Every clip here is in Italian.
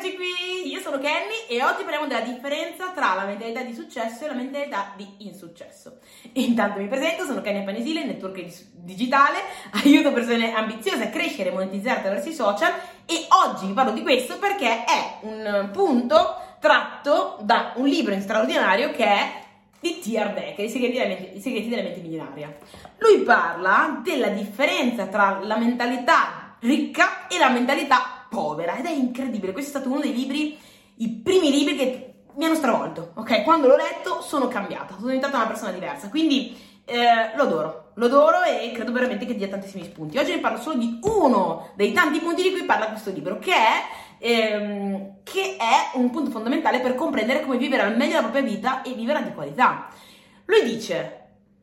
Eccoci qui, io sono Kenny e oggi parliamo della differenza tra la mentalità di successo e la mentalità di insuccesso. Intanto mi presento, sono Kenny Panesile, network digitale, aiuto persone ambiziose a crescere e monetizzare attraverso i social e oggi vi parlo di questo perché è un punto tratto da un libro straordinario che è di T. Harv Eker, I segreti della mente milionaria. Lui parla della differenza tra la mentalità ricca e la mentalità povera ed è incredibile. Questo è stato uno dei libri, i primi libri che mi hanno stravolto, ok? Quando l'ho letto sono cambiata, sono diventata una persona diversa, quindi lo adoro e credo veramente che dia tantissimi spunti. Oggi vi parlo solo di uno dei tanti punti di cui parla questo libro, che è un punto fondamentale per comprendere come vivere al meglio la propria vita e vivere di qualità. Lui dice: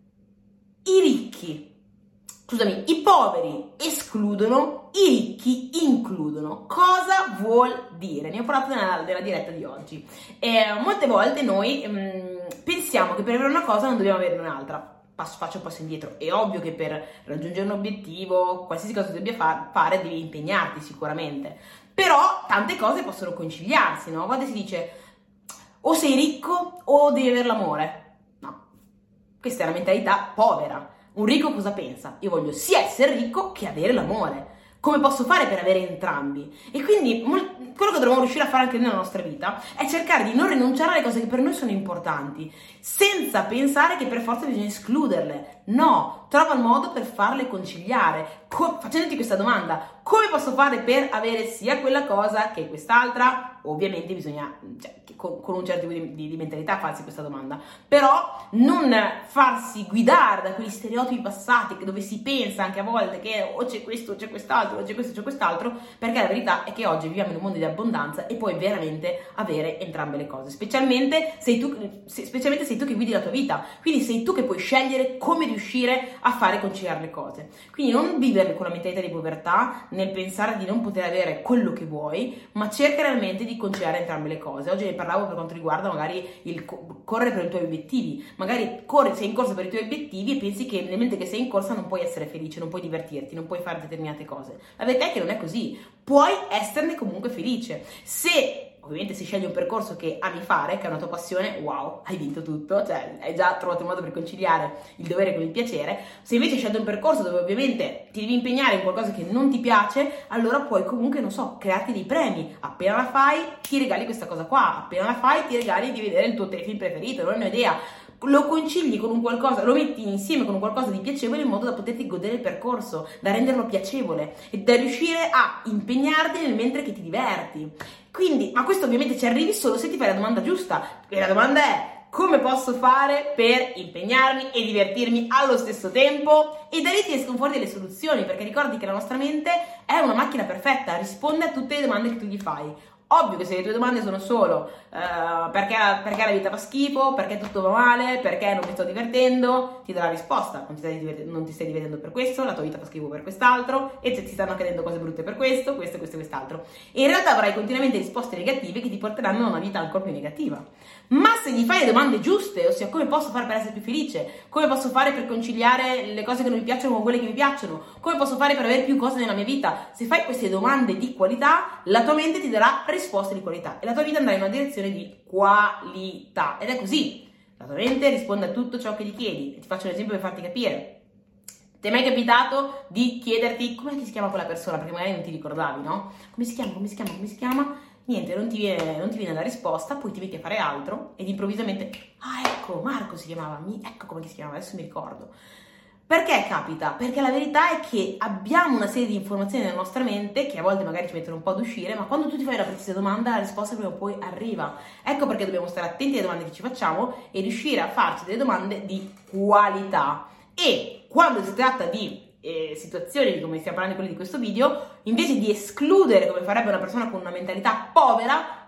i poveri escludono, i ricchi includono. Cosa vuol dire? Ne ho parlato nella diretta di oggi. Molte volte noi pensiamo che per avere una cosa non dobbiamo averne un'altra. Faccio un passo indietro. È ovvio che per raggiungere un obiettivo, qualsiasi cosa tu debbia fare, devi impegnarti sicuramente. Però tante cose possono conciliarsi, no? A volte si dice o sei ricco o devi avere l'amore. No, questa è la mentalità povera. Un ricco cosa pensa? Io voglio sia essere ricco che avere l'amore. Come posso fare per avere entrambi? E quindi quello che dovremmo riuscire a fare anche nella nostra vita è cercare di non rinunciare alle cose che per noi sono importanti, senza pensare che per forza bisogna escluderle. No, trova il modo per farle conciliare. Facendoti questa domanda: come posso fare per avere sia quella cosa che quest'altra? Ovviamente bisogna, con un certo tipo di mentalità, farsi questa domanda, però non farsi guidare da quegli stereotipi passati dove si pensa anche a volte che o c'è questo o c'è quest'altro, o c'è questo o c'è quest'altro, perché la verità è che oggi viviamo in un mondo di abbondanza e puoi veramente avere entrambe le cose, specialmente sei tu che guidi la tua vita, quindi sei tu che puoi scegliere come riuscire a fare conciliare le cose. Quindi non vivere con la mentalità di povertà nel pensare di non poter avere quello che vuoi, ma cerca realmente di conciliare entrambe le cose. Oggi ne parlavo per quanto riguarda magari il correre per i tuoi obiettivi. Magari sei in corsa per i tuoi obiettivi e pensi che nel momento che sei in corsa non puoi essere felice, non puoi divertirti, non puoi fare determinate cose. La verità è che non è così. Puoi esserne comunque felice. Ovviamente se scegli un percorso che ami fare, che è una tua passione, wow, hai vinto tutto, cioè hai già trovato un modo per conciliare il dovere con il piacere. Se invece scegli un percorso dove ovviamente ti devi impegnare in qualcosa che non ti piace, allora puoi comunque, non so, crearti dei premi. Appena la fai, ti regali questa cosa qua, appena la fai, ti regali di vedere il tuo telefilm preferito, non ne ho idea. Lo concili con un qualcosa, lo metti insieme con un qualcosa di piacevole in modo da poterti godere il percorso, da renderlo piacevole e da riuscire a impegnarti nel mentre che ti diverti. Quindi, ma questo ovviamente ci arrivi solo se ti fai la domanda giusta, e la domanda è: come posso fare per impegnarmi e divertirmi allo stesso tempo? E da lì ti escono fuori delle soluzioni, perché ricordi che la nostra mente è una macchina perfetta, risponde a tutte le domande che tu gli fai. Ovvio che se le tue domande sono solo perché la vita fa schifo, perché tutto va male, perché non mi sto divertendo, ti darà risposta: non ti stai divertendo per questo, la tua vita fa schifo per quest'altro, e ti stanno accadendo cose brutte per questo e quest'altro. E in realtà avrai continuamente risposte negative che ti porteranno a una vita ancora più negativa. Ma se gli fai le domande giuste, ossia come posso fare per essere più felice, come posso fare per conciliare le cose che non mi piacciono con quelle che mi piacciono, come posso fare per avere più cose nella mia vita, se fai queste domande di qualità, la tua mente ti darà risposte di qualità e la tua vita andrà in una direzione di qualità. Ed è così, la tua mente risponde a tutto ciò che gli chiedi. E ti faccio un esempio per farti capire. Ti è mai capitato di chiederti come si chiama quella persona, perché magari non ti ricordavi, no? Come si chiama? Niente, non ti viene la risposta, poi ti metti a fare altro ed improvvisamente, ecco, Marco si chiamava, ecco come si chiamava, adesso mi ricordo. Perché capita? Perché la verità è che abbiamo una serie di informazioni nella nostra mente che a volte magari ci mettono un po' ad uscire, ma quando tu ti fai una precisa domanda la risposta prima o poi arriva. Ecco perché dobbiamo stare attenti alle domande che ci facciamo e riuscire a farci delle domande di qualità. E quando si tratta di situazioni come stiamo parlando di quelle di questo video, invece di escludere come farebbe una persona con una mentalità povera,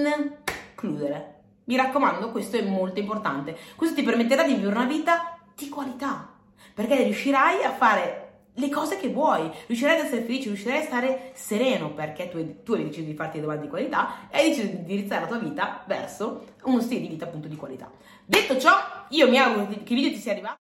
includere. Mi raccomando, questo è molto importante. Questo ti permetterà di vivere una vita di qualità, perché riuscirai a fare le cose che vuoi, riuscirai ad essere felice, riuscirai a stare sereno, perché tu hai deciso di farti domande di qualità e hai deciso di indirizzare la tua vita verso uno stile di vita appunto di qualità. Detto ciò, io mi auguro che il video ti sia arrivato.